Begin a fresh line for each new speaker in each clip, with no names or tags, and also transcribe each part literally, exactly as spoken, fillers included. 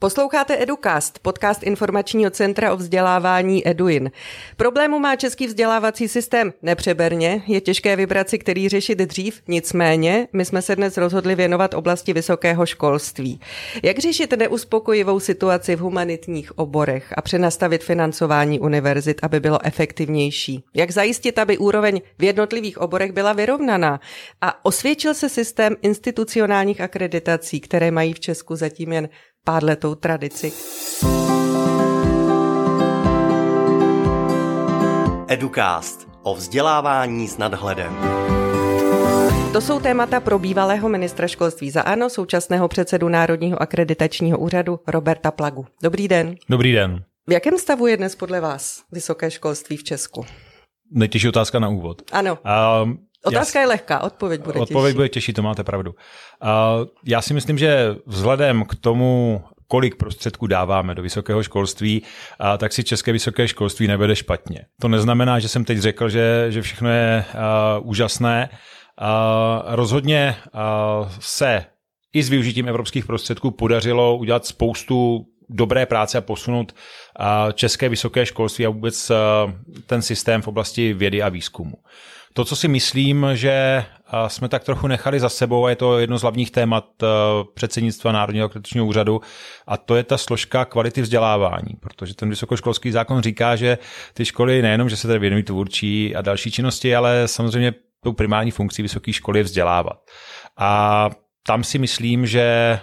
Posloucháte Educast, podcast informačního centra o vzdělávání Eduin. Problému má český vzdělávací systém nepřeberně, je těžké vybrat si, který řešit dřív, nicméně my jsme se dnes rozhodli věnovat oblasti vysokého školství. Jak řešit neuspokojivou situaci v humanitních oborech a přenastavit financování univerzit, aby bylo efektivnější? Jak zajistit, aby úroveň v jednotlivých oborech byla vyrovnaná? A osvědčil se systém institucionálních akreditací, které mají v Česku zatím jen párletou tradici.
Educast o vzdělávání s nadhledem.
To jsou témata pro bývalého ministra školství za ANO, současného předsedu Národního akreditačního úřadu Roberta Plagu. Dobrý den.
Dobrý den.
V jakém stavu je dnes podle vás vysoké školství v Česku?
Nejtěžší otázka na úvod.
Ano.
Um,
Otázka
já,
je lehká, odpověď bude
odpověď
těžší.
Odpověď bude těžší, to máte pravdu. Uh, já si myslím, že vzhledem k tomu, kolik prostředků dáváme do vysokého školství, uh, tak si české vysoké školství nevede špatně. To neznamená, že jsem teď řekl, že, že všechno je uh, úžasné. Uh, rozhodně uh, se i s využitím evropských prostředků podařilo udělat spoustu dobré práce a posunout uh, české vysoké školství a vůbec uh, ten systém v oblasti vědy a výzkumu. To, co si myslím, že jsme tak trochu nechali za sebou, a je to jedno z hlavních témat předsednictva Národního akreditačního úřadu, a to je ta složka kvality vzdělávání, protože ten vysokoškolský zákon říká, že ty školy nejenom, že se tady věnují tvůrčí a další činnosti, ale samozřejmě tou primární funkcí vysoké školy je vzdělávat. A tam si myslím, že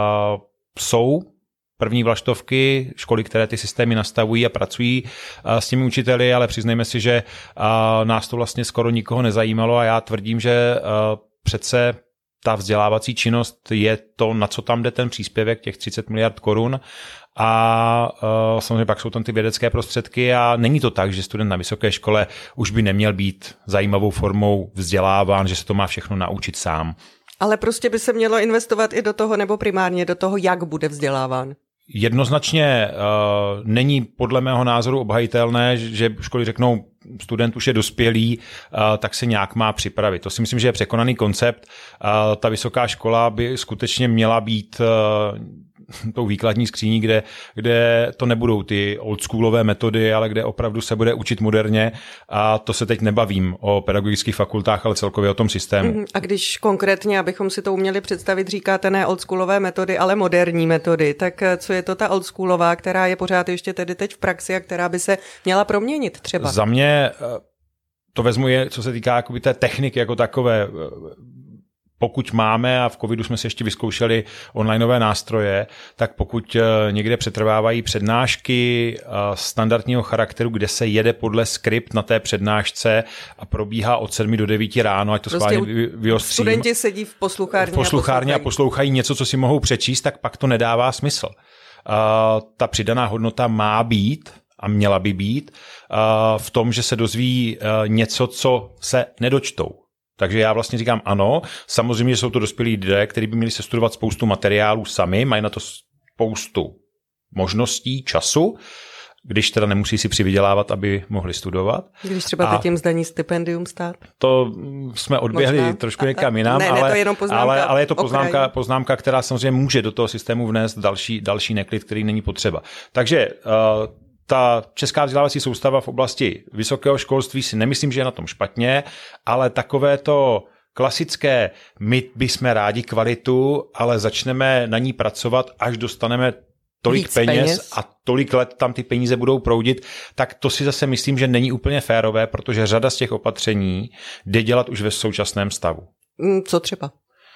jsou první vlaštovky, školy, které ty systémy nastavují a pracují s těmi učiteli, ale přiznejme si, že nás to vlastně skoro nikoho nezajímalo a já tvrdím, že přece ta vzdělávací činnost je to, na co tam jde ten příspěvek, těch třicet miliard korun, a uh, samozřejmě pak jsou tam ty vědecké prostředky a není to tak, že student na vysoké škole už by neměl být zajímavou formou vzděláván, že se to má všechno naučit sám.
Ale prostě by se mělo investovat i do toho, nebo primárně do toho, jak bude vzděláván.
Jednoznačně uh, není podle mého názoru obhajitelné, že školy řeknou, student už je dospělý, uh, tak se nějak má připravit. To si myslím, že je překonaný koncept. Uh, ta vysoká škola by skutečně měla být uh, tou výkladní skříní, kde, kde to nebudou ty oldschoolové metody, ale kde opravdu se bude učit moderně, a to se teď nebavím o pedagogických fakultách, ale celkově o tom systému.
A když konkrétně, abychom si to uměli představit, říkáte ne oldschoolové metody, ale moderní metody, tak co je to ta oldschoolová, která je pořád ještě tedy teď v praxi a která by se měla proměnit třeba?
Za mě to vezmu, je, co se týká jakoby té techniky jako takové. Pokud máme, a v covidu jsme si ještě vyzkoušeli onlineové nástroje, tak pokud někde přetrvávají přednášky standardního charakteru, kde se jede podle skript na té přednášce a probíhá od sedmi do devíti ráno, ať to
prostě
schválně vyostřím.
Studenti sedí v posluchárně,
v posluchárně
a,
a poslouchají něco, co si mohou přečíst, tak pak to nedává smysl. Ta přidaná hodnota má být a měla by být v tom, že se dozví něco, co se nedočtou. Takže já vlastně říkám ano, samozřejmě, že jsou to dospělí lidé, kteří by měli se studovat spoustu materiálů sami, mají na to spoustu možností, času, když teda nemusí si přivydělávat, aby mohli studovat.
Když třeba teď jim zdaní stipendium stát?
To jsme odběhli
Možná.
trošku někam jinam,
ne,
ale,
ne, to je jenom poznámka,
ale, ale je to poznámka, poznámka, která samozřejmě může do toho systému vnést další, další neklid, který není potřeba. Takže uh, ta česká vzdělávací soustava v oblasti vysokého školství si nemyslím, že je na tom špatně, ale takové to klasické, my bychom rádi kvalitu, ale začneme na ní pracovat, až dostaneme tolik peněz, peněz a tolik let tam ty peníze budou proudit, tak to si zase myslím, že není úplně férové, protože řada z těch opatření jde dělat už ve současném stavu.
Co třeba?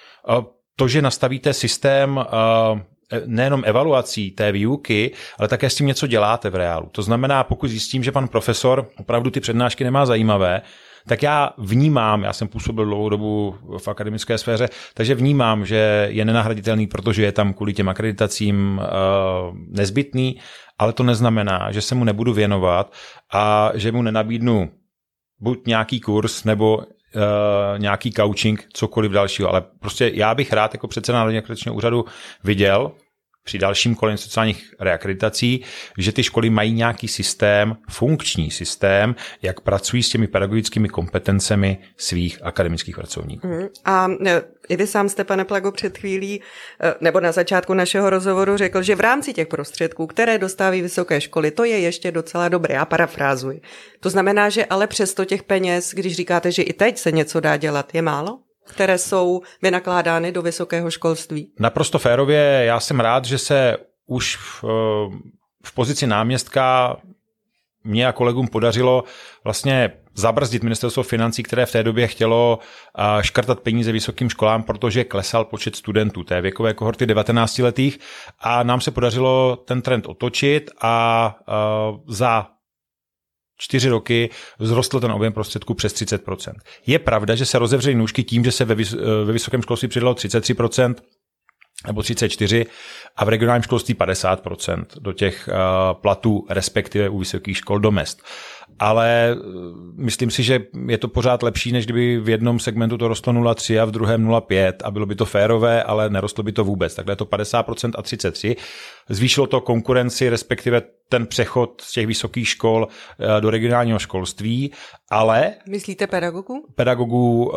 To, že nastavíte systém nejenom evaluací té výuky, ale také s tím něco děláte v reálu. To znamená, pokud zjistím, že pan profesor opravdu ty přednášky nemá zajímavé, tak já vnímám, já jsem působil dlouhou dobu v akademické sféře, takže vnímám, že je nenahraditelný, protože je tam kvůli těm akreditacím uh, nezbytný, ale to neznamená, že se mu nebudu věnovat a že mu nenabídnu buď nějaký kurz nebo uh, nějaký coaching, cokoliv dalšího, ale prostě já bych rád jako předseda Národního akreditačního úřadu viděl při dalším kole institucionálních reakreditací, že ty školy mají nějaký systém, funkční systém, jak pracují s těmi pedagogickými kompetencemi svých akademických pracovníků. Mm.
A i vy sám jste, pane Plago, před chvílí, nebo na začátku našeho rozhovoru řekl, že v rámci těch prostředků, které dostávají vysoké školy, to je ještě docela dobré, já parafrázuji. To znamená, že ale přesto těch peněz, když říkáte, že i teď se něco dá dělat, je málo? Které jsou vynakládány do vysokého školství?
Naprosto férově, já jsem rád, že se už v, v pozici náměstka mně a kolegům podařilo vlastně zabrzdit ministerstvo financí, které v té době chtělo škrtat peníze vysokým školám, protože klesal počet studentů té věkové kohorty devatenáctiletých a nám se podařilo ten trend otočit a za čtyři roky vzrostl ten objem prostředků přes třicet procent. Je pravda, že se rozevřely nůžky tím, že se ve, vys- ve vysokém školství přidalo třicet tři procent nebo třicet čtyři procent a v regionálním školství padesát procent do těch uh, platů, respektive u vysokých škol do mezd. Ale myslím si, že je to pořád lepší, než kdyby v jednom segmentu to rostlo nula celá tři a v druhém nula celá pět a bylo by to férové, ale nerostlo by to vůbec. Takhle je to padesát procent a třicet tři procent. Zvýšilo to konkurenci, respektive ten přechod z těch vysokých škol do regionálního školství, ale...
Myslíte pedagogů?
Pedagogů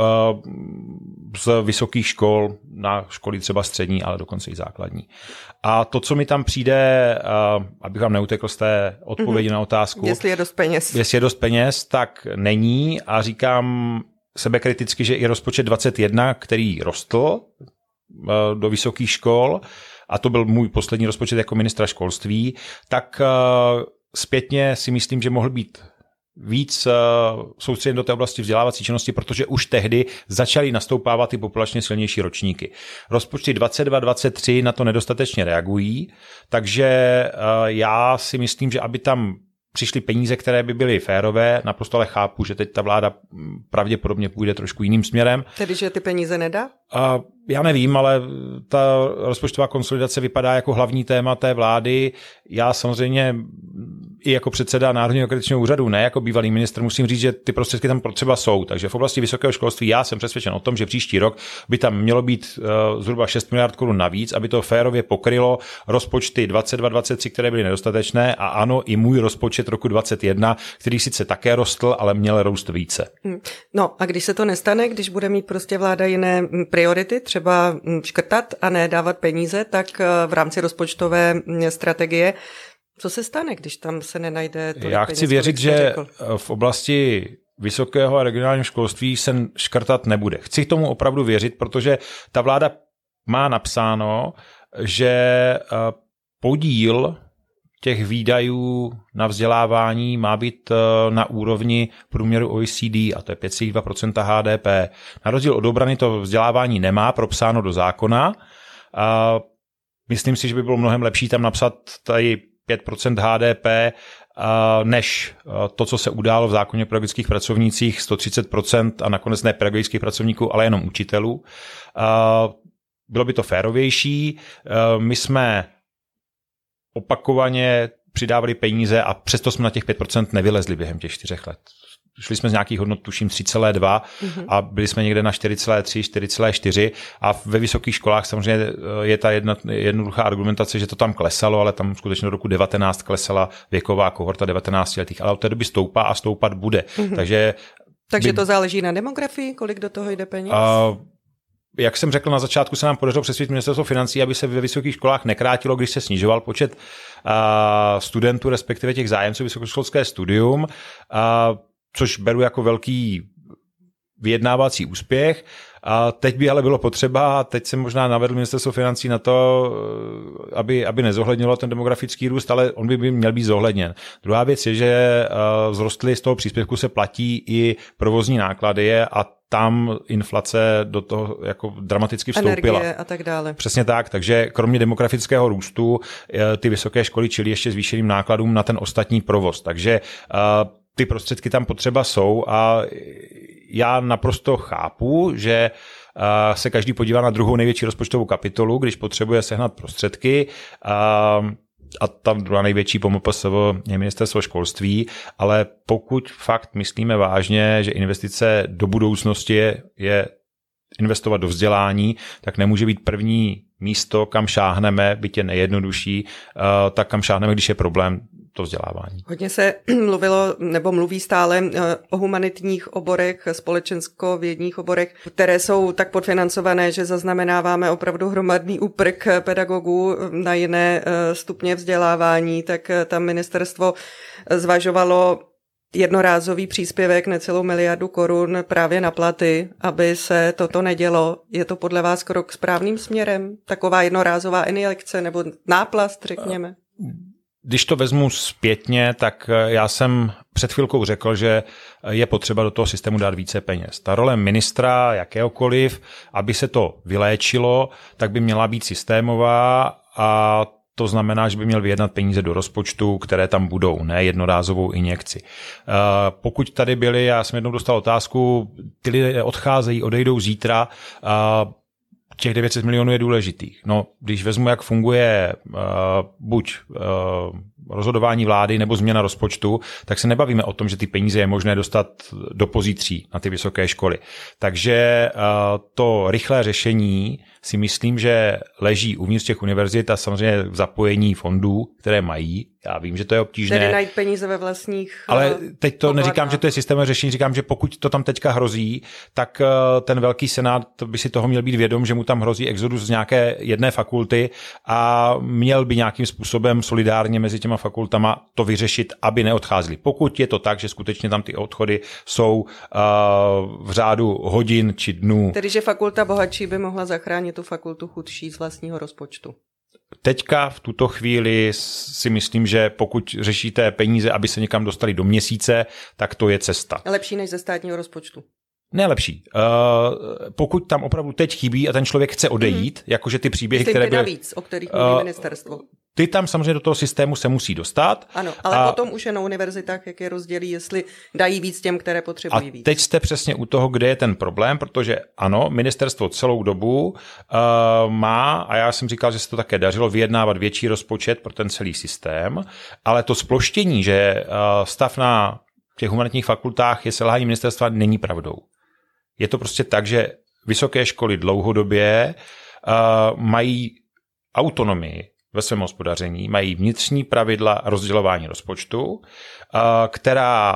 z vysokých škol na školy třeba střední, ale dokonce i základní. A to, co mi tam přijde, abych vám neutekl z té odpovědi mm-hmm. na otázku...
Jestli je dost peněz.
Jestli je dost peněz, tak není a říkám sebekriticky, že i rozpočet dvacet jedna, který rostl do vysokých škol, a to byl můj poslední rozpočet jako ministra školství, tak zpětně si myslím, že mohl být víc soustředěn do té oblasti vzdělávací činnosti, protože už tehdy začaly nastoupávat ty populačně silnější ročníky. Rozpočty dvacet dva dvacet tři na to nedostatečně reagují, takže já si myslím, že aby tam přišly peníze, které by byly férové, naprosto ale chápu, že teď ta vláda pravděpodobně půjde trošku jiným směrem.
Tedy, že ty peníze nedá?
A já nevím, ale ta rozpočtová konsolidace vypadá jako hlavní téma té vlády. Já samozřejmě i jako předseda Národního akreditačního úřadu, ne jako bývalý ministr, musím říct, že ty prostředky tam potřeba jsou. Takže v oblasti vysokého školství já jsem přesvědčen o tom, že příští rok by tam mělo být uh, zhruba šest miliard korun navíc, aby to férově pokrylo rozpočty dvacet dva dvacet tři, které byly nedostatečné, a ano, i můj rozpočet roku dvacet jedna, který sice také rostl, ale měl růst více.
No a když se to nestane, když bude mít prostě vláda jiné priority, třeba škrtat a ne dávat peníze, tak v rámci rozpočtové strategie, co se stane, když tam se nenajde tolik
Já chci
peněz,
věřit, že
řekl?
v oblasti vysokého a regionálního školství se škrtat nebude. Chci tomu opravdu věřit, protože ta vláda má napsáno, že podíl těch výdajů na vzdělávání má být na úrovni průměru O E C D, a to je pět celá dva procenta H D P. Na rozdíl od obrany to vzdělávání nemá propsáno do zákona. A myslím si, že by bylo mnohem lepší tam napsat tady pět procent H D P, než to, co se událo v zákoně o pedagogických pracovnících, sto třicet procent a nakonec ne pedagogických pracovníků, ale jenom učitelů. Bylo by to férovější. My jsme opakovaně přidávali peníze a přesto jsme na těch pět procent nevylezli během těch čtyřech let. Šli jsme z nějakých hodnot, tuším, tři celá dva mm-hmm. a byli jsme někde na čtyři celá tři, čtyři celá čtyři a ve vysokých školách samozřejmě je ta jedna, jednoduchá argumentace, že to tam klesalo, ale tam skutečně do roku devatenáct klesala věková kohorta devatenáctiletých, ale od té doby stoupá a stoupat bude. Mm-hmm. Takže
Takže
by...
to záleží na demografii, kolik do toho jde peněz?
Uh, Jak jsem řekl, na začátku se nám podařilo přesvědčit ministerstvo financí, aby se ve vysokých školách nekrátilo, když se snižoval počet uh, studentů, respektive těch zájemců vysokoškolské studium, uh, což beru jako velký vyjednávací úspěch. A teď by ale bylo potřeba, teď jsem možná navedl ministerstvo financí na to, aby, aby nezohlednilo ten demografický růst, ale on by, by měl být zohledněn. Druhá věc je, že uh, zrostly z toho příspěvku se platí i provozní náklady a tam inflace do toho jako dramaticky vstoupila.
Energie a tak dále.
Přesně tak, takže kromě demografického růstu ty vysoké školy čelí ještě zvýšeným nákladům na ten ostatní provoz. Takže uh, ty prostředky tam potřeba jsou a já naprosto chápu, že uh, se každý podívá na druhou největší rozpočtovou kapitolu, když potřebuje sehnat prostředky. Uh, a tam druhá největší P M P S V je ministerstvo školství, ale pokud fakt myslíme vážně, že investice do budoucnosti je, je investovat do vzdělání, tak nemůže být první místo, kam šáhneme, byť je nejjednodušší, tak kam šáhneme, když je problém to vzdělávání.
Hodně se mluvilo, nebo mluví stále o humanitních oborech, společensko-vědních oborech, které jsou tak podfinancované, že zaznamenáváme opravdu hromadný úprk pedagogů na jiné stupně vzdělávání, tak tam ministerstvo zvažovalo jednorázový příspěvek necelou miliardu korun právě na platy, aby se toto nedělo. Je to podle vás krok správným směrem? Taková jednorázová injekce nebo náplast, řekněme?
Když to vezmu zpětně, tak já jsem před chvilkou řekl, že je potřeba do toho systému dát více peněz. Ta role ministra jakéhokoliv, aby se to vyléčilo, tak by měla být systémová a to znamená, že by měl vyjednat peníze do rozpočtu, které tam budou, ne jednorázovou injekci. Pokud tady byli, já jsem jednou dostal otázku, ty lidé odcházejí, odejdou zítra, těch devět set milionů je důležitých. No, když vezmu, jak funguje uh, buď uh, rozhodování vlády nebo změna rozpočtu, tak se nebavíme o tom, že ty peníze je možné dostat do pozítří na ty vysoké školy. Takže uh, to rychlé řešení si myslím, že leží uvnitř těch univerzit a samozřejmě v zapojení fondů, které mají. Já vím, že to je obtížné.
Tedy najít peníze ve vlastních.
Ale teď to
pokladách.
Neříkám, že to je systémové řešení, říkám, že pokud to tam teďka hrozí, tak ten velký senát by si toho měl být vědom, že mu tam hrozí exodus z nějaké jedné fakulty a měl by nějakým způsobem solidárně mezi těma fakultama to vyřešit, aby neodcházeli. Pokud je to tak, že skutečně tam ty odchody jsou uh, v řádu hodin či dnů.
Tedy, že fakulta bohatší by mohla zachránit tu fakultu chudší z vlastního rozpočtu.
Teďka v tuto chvíli si myslím, že pokud řešíte peníze, aby se někam dostali do měsíce, tak to je cesta.
Lepší než ze státního rozpočtu.
Ne lepší. Uh, pokud tam opravdu teď chybí a ten člověk chce odejít, mm. jakože ty příběhy,
Myslím
které
byly... navíc, o kterých mluví uh, ministerstvo.
Ty tam samozřejmě do toho systému se musí dostat.
Ano, ale
a,
potom už je na univerzitách, jak je rozdělí, jestli dají víc těm, které potřebují víc.
A teď jste přesně u toho, kde je ten problém, protože ano, ministerstvo celou dobu uh, má, a já jsem říkal, že se to také dařilo, vyjednávat větší rozpočet pro ten celý systém, ale to sploštění, že uh, stav na těch humanitních fakultách je selhání ministerstva, není pravdou. Je to prostě tak, že vysoké školy dlouhodobě uh, mají autonomii ve svém hospodaření, mají vnitřní pravidla rozdělování rozpočtu, uh, která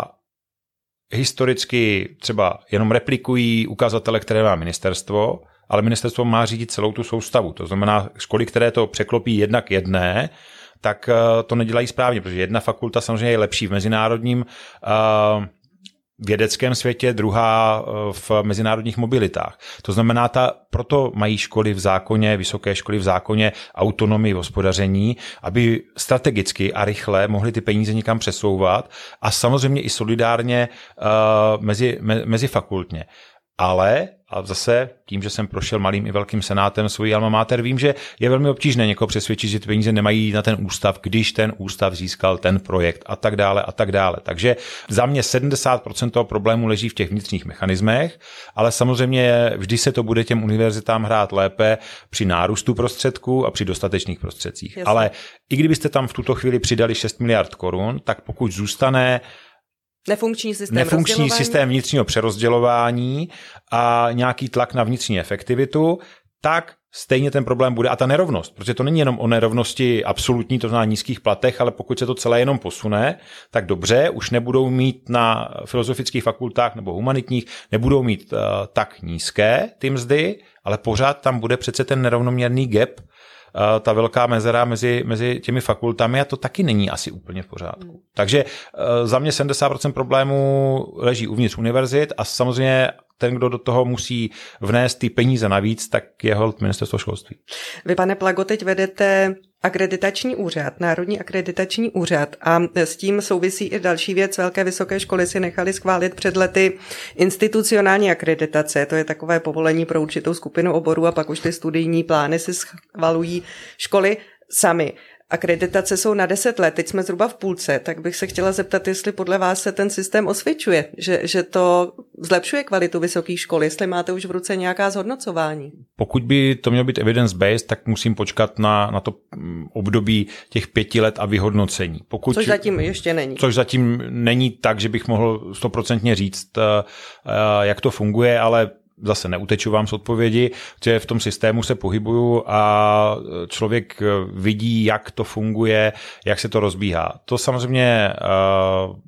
historicky třeba jenom replikují ukazatele, které má ministerstvo, ale ministerstvo má řídit celou tu soustavu. To znamená, školy, které to překlopí jedna k jedné, tak uh, to nedělají správně, protože jedna fakulta samozřejmě je lepší v mezinárodním uh, vědeckém světě, druhá v mezinárodních mobilitách. To znamená, ta, proto mají školy v zákoně, vysoké školy v zákoně autonomii v hospodaření, aby strategicky a rychle mohly ty peníze někam přesouvat a samozřejmě i solidárně uh, mezi, me, mezifakultně. Ale, a zase tím, že jsem prošel malým i velkým senátem svojí alma mater, vím, že je velmi obtížné někoho přesvědčit, že ty peníze nemají na ten ústav, když ten ústav získal ten projekt a tak dále a tak dále. Takže za mě sedmdesát procent toho problému leží v těch vnitřních mechanismech, ale samozřejmě vždy se to bude těm univerzitám hrát lépe při nárůstu prostředků a při dostatečných prostředcích. Jasně. Ale i kdybyste tam v tuto chvíli přidali šest miliard korun, tak pokud zůstane
Nefunkční systém
Nefunkční systém vnitřního přerozdělování a nějaký tlak na vnitřní efektivitu, tak stejně ten problém bude. A ta nerovnost, protože to není jenom o nerovnosti absolutní, to znamená nízkých platech, ale pokud se to celé jenom posune, tak dobře, už nebudou mít na filozofických fakultách nebo humanitních, nebudou mít uh, tak nízké ty mzdy, ale pořád tam bude přece ten nerovnoměrný gap, uh, ta velká mezera mezi, mezi těmi fakultami a to taky není asi úplně v pořádku. Mm. Takže uh, za mě sedmdesát procent problémů leží uvnitř univerzit a samozřejmě ten, kdo do toho musí vnést ty peníze navíc, tak je holt ministerstvo školství.
Vy, pane Plago, teď vedete akreditační úřad, Národní akreditační úřad a s tím souvisí i další věc. Velké vysoké školy si nechaly schválit před lety institucionální akreditace. To je takové povolení pro určitou skupinu oborů a pak už ty studijní plány si schvalují školy sami. Akreditace jsou na deset let, teď jsme zhruba v půlce, tak bych se chtěla zeptat, jestli podle vás se ten systém osvědčuje, že, že to zlepšuje kvalitu vysokých škol, jestli máte už v ruce nějaká zhodnocování.
Pokud by to mělo být evidence-based, tak musím počkat na, na to období těch pěti let a vyhodnocení. Pokud,
což zatím ještě není.
Což zatím není tak, že bych mohl stoprocentně říct, jak to funguje, ale zase neuteču vám z odpovědi, že v tom systému se pohybuju a člověk vidí, jak to funguje, jak se to rozbíhá. To samozřejmě uh,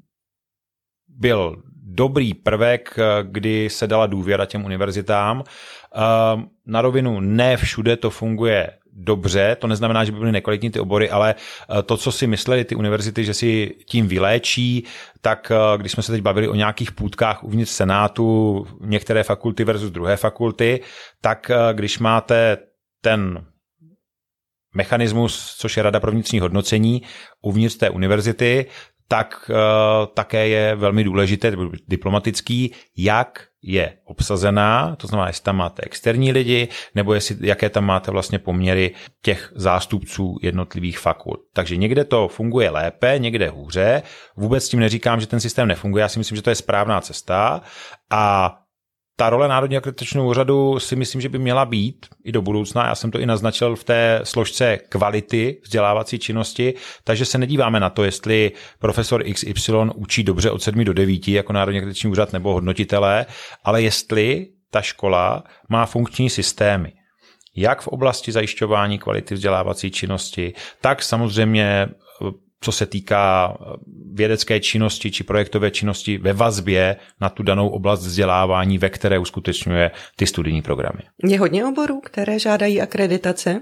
byl dobrý prvek, kdy se dala důvěra těm univerzitám. Uh, na rovinu ne všude to funguje dobře, to neznamená, že by byly nekvalitní ty obory, ale to, co si mysleli ty univerzity, že si tím vyléčí, tak když jsme se teď bavili o nějakých půtkách uvnitř Senátu, některé fakulty versus druhé fakulty, tak když máte ten mechanismus, což je Rada pro vnitřní hodnocení uvnitř té univerzity, tak uh, také je velmi důležité, diplomatický, jak je obsazená, to znamená, jestli tam máte externí lidi, nebo jestli, jaké tam máte vlastně poměry těch zástupců jednotlivých fakult. Takže někde to funguje lépe, někde hůře. Vůbec tím neříkám, že ten systém nefunguje, já si myslím, že to je správná cesta a ta role Národního akreditačního úřadu si myslím, že by měla být i do budoucna. Já jsem to i naznačil v té složce kvality vzdělávací činnosti, takže se nedíváme na to, jestli profesor X Y učí dobře od sedmi do devíti jako Národní akreditační úřad nebo hodnotitelé, ale jestli ta škola má funkční systémy. Jak v oblasti zajišťování kvality vzdělávací činnosti, tak samozřejmě co se týká vědecké činnosti či projektové činnosti ve vazbě na tu danou oblast vzdělávání, ve které uskutečňuje ty studijní programy.
Je hodně oborů, které žádají akreditace?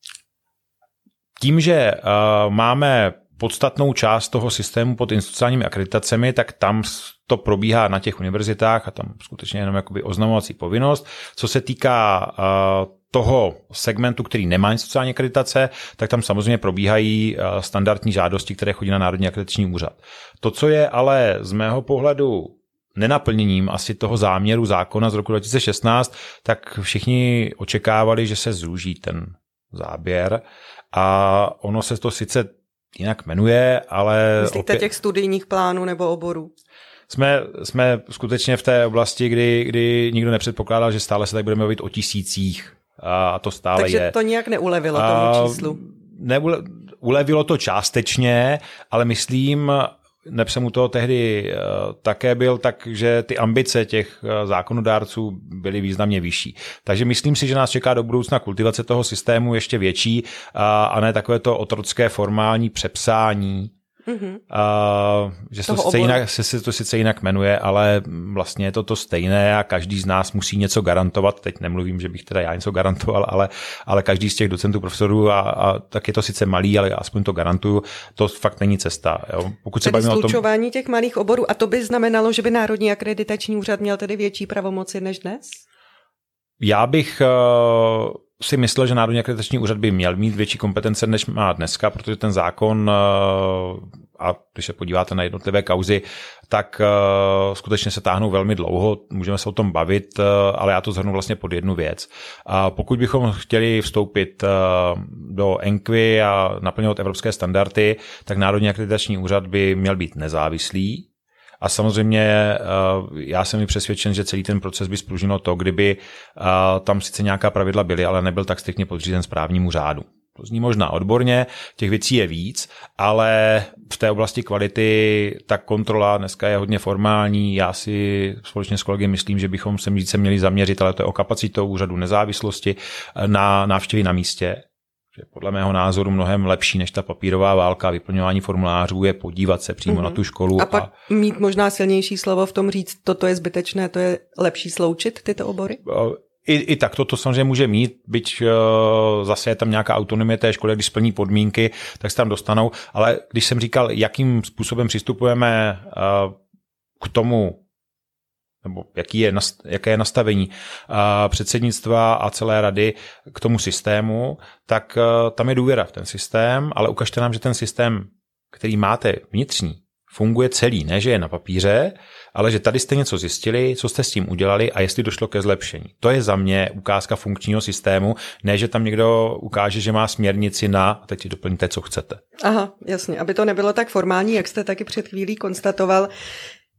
Tím, že uh, máme podstatnou část toho systému pod institucionálními akreditacemi, tak tam to probíhá na těch univerzitách a tam skutečně jenom jakoby oznamovací povinnost. Co se týká uh, toho segmentu, který nemá institucionální akreditace, tak tam samozřejmě probíhají uh, standardní žádosti, které chodí na Národní akreditační úřad. To, co je ale z mého pohledu nenaplněním asi toho záměru zákona z roku dva tisíce šestnáct, tak všichni očekávali, že se zúží ten záběr a ono se to sice jinak jmenuje, ale...
Myslíte opět... těch studijních plánů nebo oborů?
Jsme, jsme skutečně v té oblasti, kdy, kdy nikdo nepředpokládal, že stále se tady budeme bavit o tisících a to stále
Takže
je.
Takže to nějak neulevilo tomu číslu?
Neule, ulevilo to částečně, ale myslím, neb jsem u toho tehdy také byl, takže ty ambice těch zákonodárců byly významně vyšší. Takže myslím si, že nás čeká do budoucna kultivace toho systému ještě větší a, a ne takové to otrocké formální přepsání, mm-hmm. a, že se to, sice jinak, se, se to sice jinak jmenuje, ale vlastně je to to stejné a každý z nás musí něco garantovat. Teď nemluvím, že bych teda já něco garantoval, ale, ale každý z těch docentů, profesorů a, a tak je to sice malý, ale aspoň to garantuju, to fakt není cesta. Jo. Pokud se bavíme o tom...
slučování těch malých oborů, a to by znamenalo, že by Národní akreditační úřad měl tedy větší pravomoci než dnes? Já
bych... Uh... si myslel, že Národní akreditační úřad by měl mít větší kompetence, než má dneska, protože ten zákon, a když se podíváte na jednotlivé kauzy, tak skutečně se táhnou velmi dlouho, můžeme se o tom bavit, ale já to shrnu vlastně pod jednu věc. A pokud bychom chtěli vstoupit do ENQUI a naplňovat evropské standardy, tak Národní akreditační úřad by měl být nezávislý. A samozřejmě já jsem i přesvědčen, že celý ten proces by spružnilo to, kdyby tam sice nějaká pravidla byly, ale nebyl tak striktně podřízen správnímu řádu. To zní možná odborně, těch věcí je víc, ale v té oblasti kvality ta kontrola dneska je hodně formální. Já si společně s kolegy myslím, že bychom se více měli zaměřit, ale to je o kapacitou úřadu nezávislosti na návštěvy na místě. Podle mého názoru mnohem lepší než ta papírová válka, vyplňování formulářů je podívat se přímo mm-hmm. na tu školu.
A pak a... mít možná silnější slovo v tom říct, toto je zbytečné, to je lepší sloučit tyto obory?
I, i tak to, to samozřejmě může mít, byť uh, zase je tam nějaká autonomie té školy, když splní podmínky, tak se tam dostanou. Ale když jsem říkal, jakým způsobem přistupujeme uh, k tomu, nebo jaký je, jaké je nastavení uh, předsednictva a celé rady k tomu systému, tak uh, tam je důvěra v ten systém, ale ukažte nám, že ten systém, který máte vnitřní, funguje celý, ne že je na papíře, ale že tady jste něco zjistili, co jste s tím udělali a jestli došlo ke zlepšení. To je za mě ukázka funkčního systému, ne že tam někdo ukáže, že má směrnici na, a teď si doplňte, co chcete.
Aha, jasně, aby to nebylo tak formální, jak jste taky před chvílí konstatoval.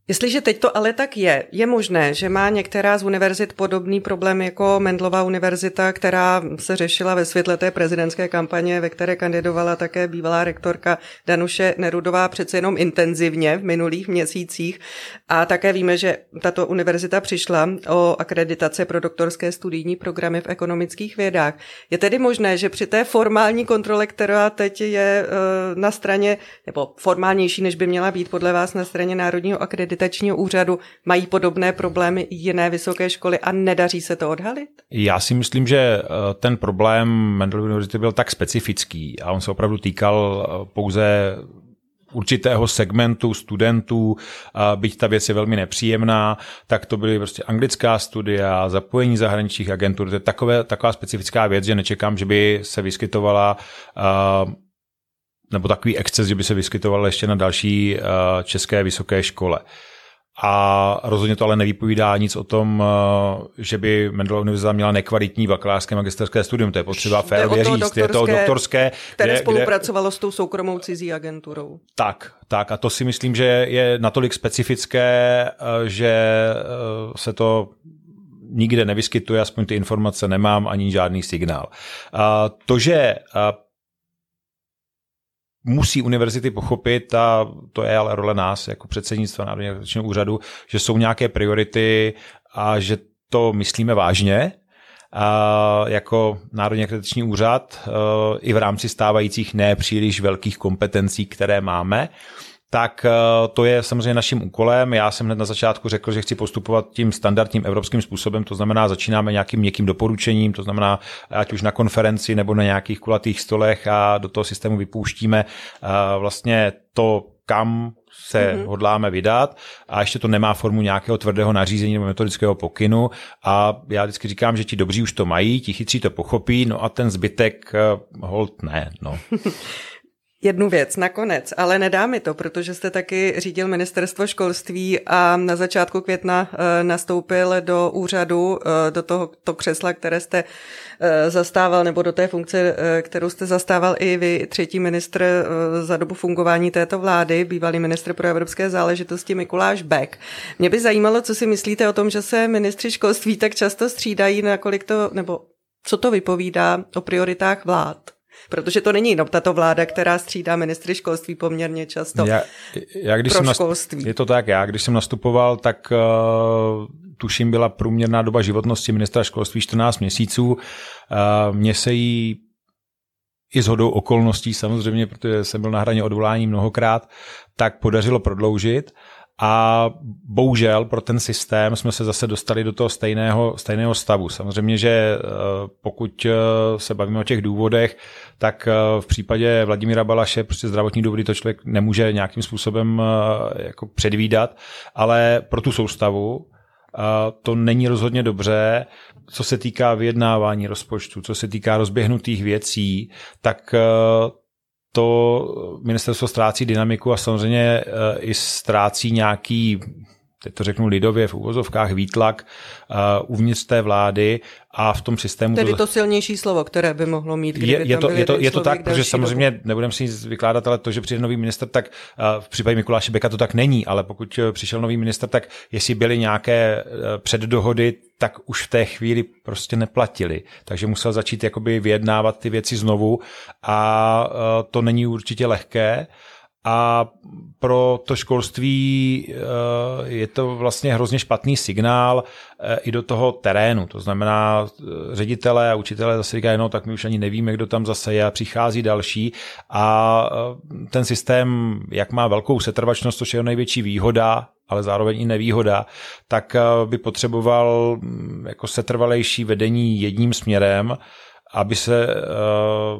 Jestliže teď to ale tak je, je možné, že má některá z univerzit podobný problém jako Mendelova univerzita, která se řešila ve světle té prezidentské kampaně, ve které kandidovala také bývalá rektorka Danuše Nerudová přece jenom intenzivně v minulých měsících. A také víme, že tato univerzita přišla o akreditace pro doktorské studijní programy v ekonomických vědách. Je tedy možné, že při té formální kontrole, která teď je na straně, nebo formálnější, než by měla být podle vás na straně Národního akreditačního úřadu, mají podobné problémy i jiné vysoké školy a nedaří se to odhalit?
Já si myslím, že ten problém Mendelovy univerzity byl tak specifický a on se opravdu týkal pouze určitého segmentu studentů, byť ta věc je velmi nepříjemná, tak to byly prostě anglická studia, zapojení zahraničních agentur, to je takové, taková specifická věc, že nečekám, že by se vyskytovala nebo takový exces, že by se vyskytoval ještě na další české vysoké škole. A rozhodně to ale nevypovídá nic o tom, že by Mendelova univerzita měla nekvalitní bakalářské magisterské studium. To je potřeba férově říct. Je to doktorské,
které
kde,
spolupracovalo kde... s tou soukromou cizí agenturou.
Tak, tak. A to si myslím, že je natolik specifické, že se to nikde nevyskytuje, aspoň ty informace nemám, ani žádný signál. To, že musí univerzity pochopit, a to je ale role nás jako předsednictva Národního akreditačního úřadu, že jsou nějaké priority a že to myslíme vážně a jako Národní akreditační úřad i v rámci stávajících nepříliš velkých kompetencí, které máme, tak to je samozřejmě naším úkolem. Já jsem hned na začátku řekl, že chci postupovat tím standardním evropským způsobem, to znamená začínáme nějakým měkkým doporučením, to znamená ať už na konferenci nebo na nějakých kulatých stolech a do toho systému vypouštíme vlastně to, kam se mm-hmm. hodláme vydat a ještě to nemá formu nějakého tvrdého nařízení nebo metodického pokynu a já vždycky říkám, že ti dobří už to mají, ti chytří to pochopí, no a ten zbytek hold ne, no.
Jednu věc nakonec, ale nedá mi to, protože jste taky řídil ministerstvo školství a na začátku května e, nastoupil do úřadu, e, do toho to křesla, které jste e, zastával, nebo do té funkce, e, kterou jste zastával i vy, třetí ministr e, za dobu fungování této vlády, bývalý ministr pro evropské záležitosti Mikuláš Bek. Mě by zajímalo, co si myslíte o tom, že se ministři školství tak často střídají, nakolik to, nebo co to vypovídá o prioritách vlád? Protože to není jenom tato vláda, která střídá ministry školství poměrně často
já, já, když
pro
jsem
školství.
Nastup, je to tak, já když jsem nastupoval, tak uh, tuším byla průměrná doba životnosti ministra školství čtrnáct měsíců. Uh, mně se jí i shodou okolností samozřejmě, protože jsem byl na hraně odvolání mnohokrát, tak podařilo prodloužit. A bohužel pro ten systém jsme se zase dostali do toho stejného, stejného stavu. Samozřejmě, že pokud se bavíme o těch důvodech, tak v případě Vladimíra Balaše prostě zdravotní důvody to člověk nemůže nějakým způsobem jako předvídat, ale pro tu soustavu to není rozhodně dobře. Co se týká vyjednávání rozpočtu, co se týká rozběhnutých věcí, tak to ministerstvo ztrácí dynamiku a samozřejmě i ztrácí nějaký, teď to řeknu lidově, v uvozovkách výtlak uh, uvnitř té vlády a v tom systému...
Tedy to, to silnější slovo, které by mohlo mít, kdyby
je, je
tam
to,
byl
je to, je to tak, protože samozřejmě
dobu.
nebudeme si nic vykládat, ale to, že přijde nový minister, tak uh, v případě Mikuláše Beka to tak není, ale pokud přišel nový minister, tak jestli byly nějaké uh, předdohody, tak už v té chvíli prostě neplatili. Takže musel začít jakoby vyjednávat ty věci znovu a uh, to není určitě lehké. A pro to školství je to vlastně hrozně špatný signál i do toho terénu. To znamená, ředitelé a učitelé zase říkají, no tak my už ani nevíme, kdo tam zase je a přichází další. A ten systém, jak má velkou setrvačnost, což je největší výhoda, ale zároveň i nevýhoda, tak by potřeboval jako setrvalejší vedení jedním směrem, aby se uh,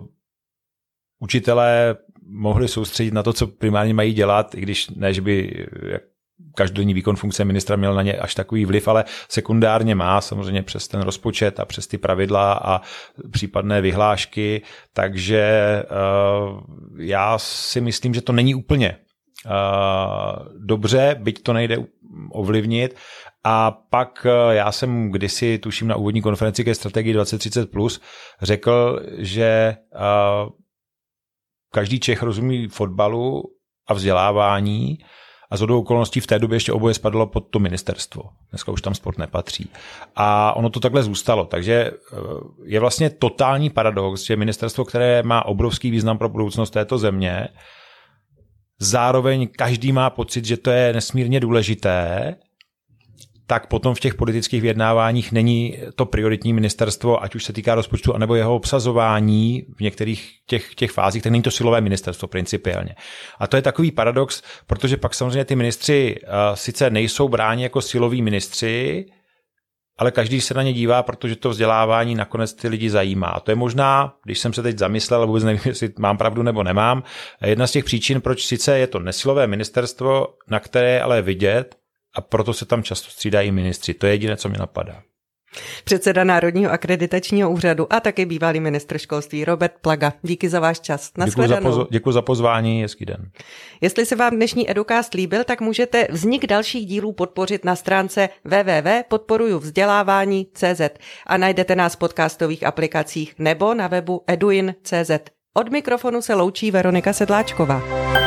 učitelé mohli soustředit na to, co primárně mají dělat, i když ne, že by každodenní výkon funkce ministra měl na ně až takový vliv, ale sekundárně má samozřejmě přes ten rozpočet a přes ty pravidla a případné vyhlášky, takže uh, já si myslím, že to není úplně uh, dobře, byť to nejde ovlivnit. A pak já jsem kdysi, tuším na úvodní konferenci ke strategii dvacet třicet plus, řekl, že uh, každý Čech rozumí fotbalu a vzdělávání a shodou okolností v té době ještě oboje spadlo pod to ministerstvo. Dneska už tam sport nepatří. A ono to takhle zůstalo. Takže je vlastně totální paradox, že ministerstvo, které má obrovský význam pro budoucnost této země, zároveň každý má pocit, že to je nesmírně důležité, tak potom v těch politických vyjednáváních není to prioritní ministerstvo, ať už se týká rozpočtu, anebo jeho obsazování v některých těch, těch fázích, tak není to silové ministerstvo principiálně. A to je takový paradox, protože pak samozřejmě ty ministři uh, sice nejsou bráni jako siloví ministři, ale každý se na ně dívá, protože to vzdělávání nakonec ty lidi zajímá. A to je možná, když jsem se teď zamyslel, ale vůbec nevím, jestli mám pravdu nebo nemám, jedna z těch příčin, proč sice je to nesilové ministerstvo, na které je ale vidět, a proto se tam často střídají ministři. To je jediné, co mě napadá.
Předseda Národního akreditačního úřadu a taky bývalý ministr školství Robert Plaga. Díky za váš čas.
Děkuji za, pozo- děkuji za pozvání, hezký den.
Jestli se vám dnešní Educast líbil, tak můžete vznik dalších dílů podpořit na stránce w w w tečka podporuju vzdělávání tečka c z a najdete nás v podcastových aplikacích nebo na webu eduin tečka c z. Od mikrofonu se loučí Veronika Sedláčková.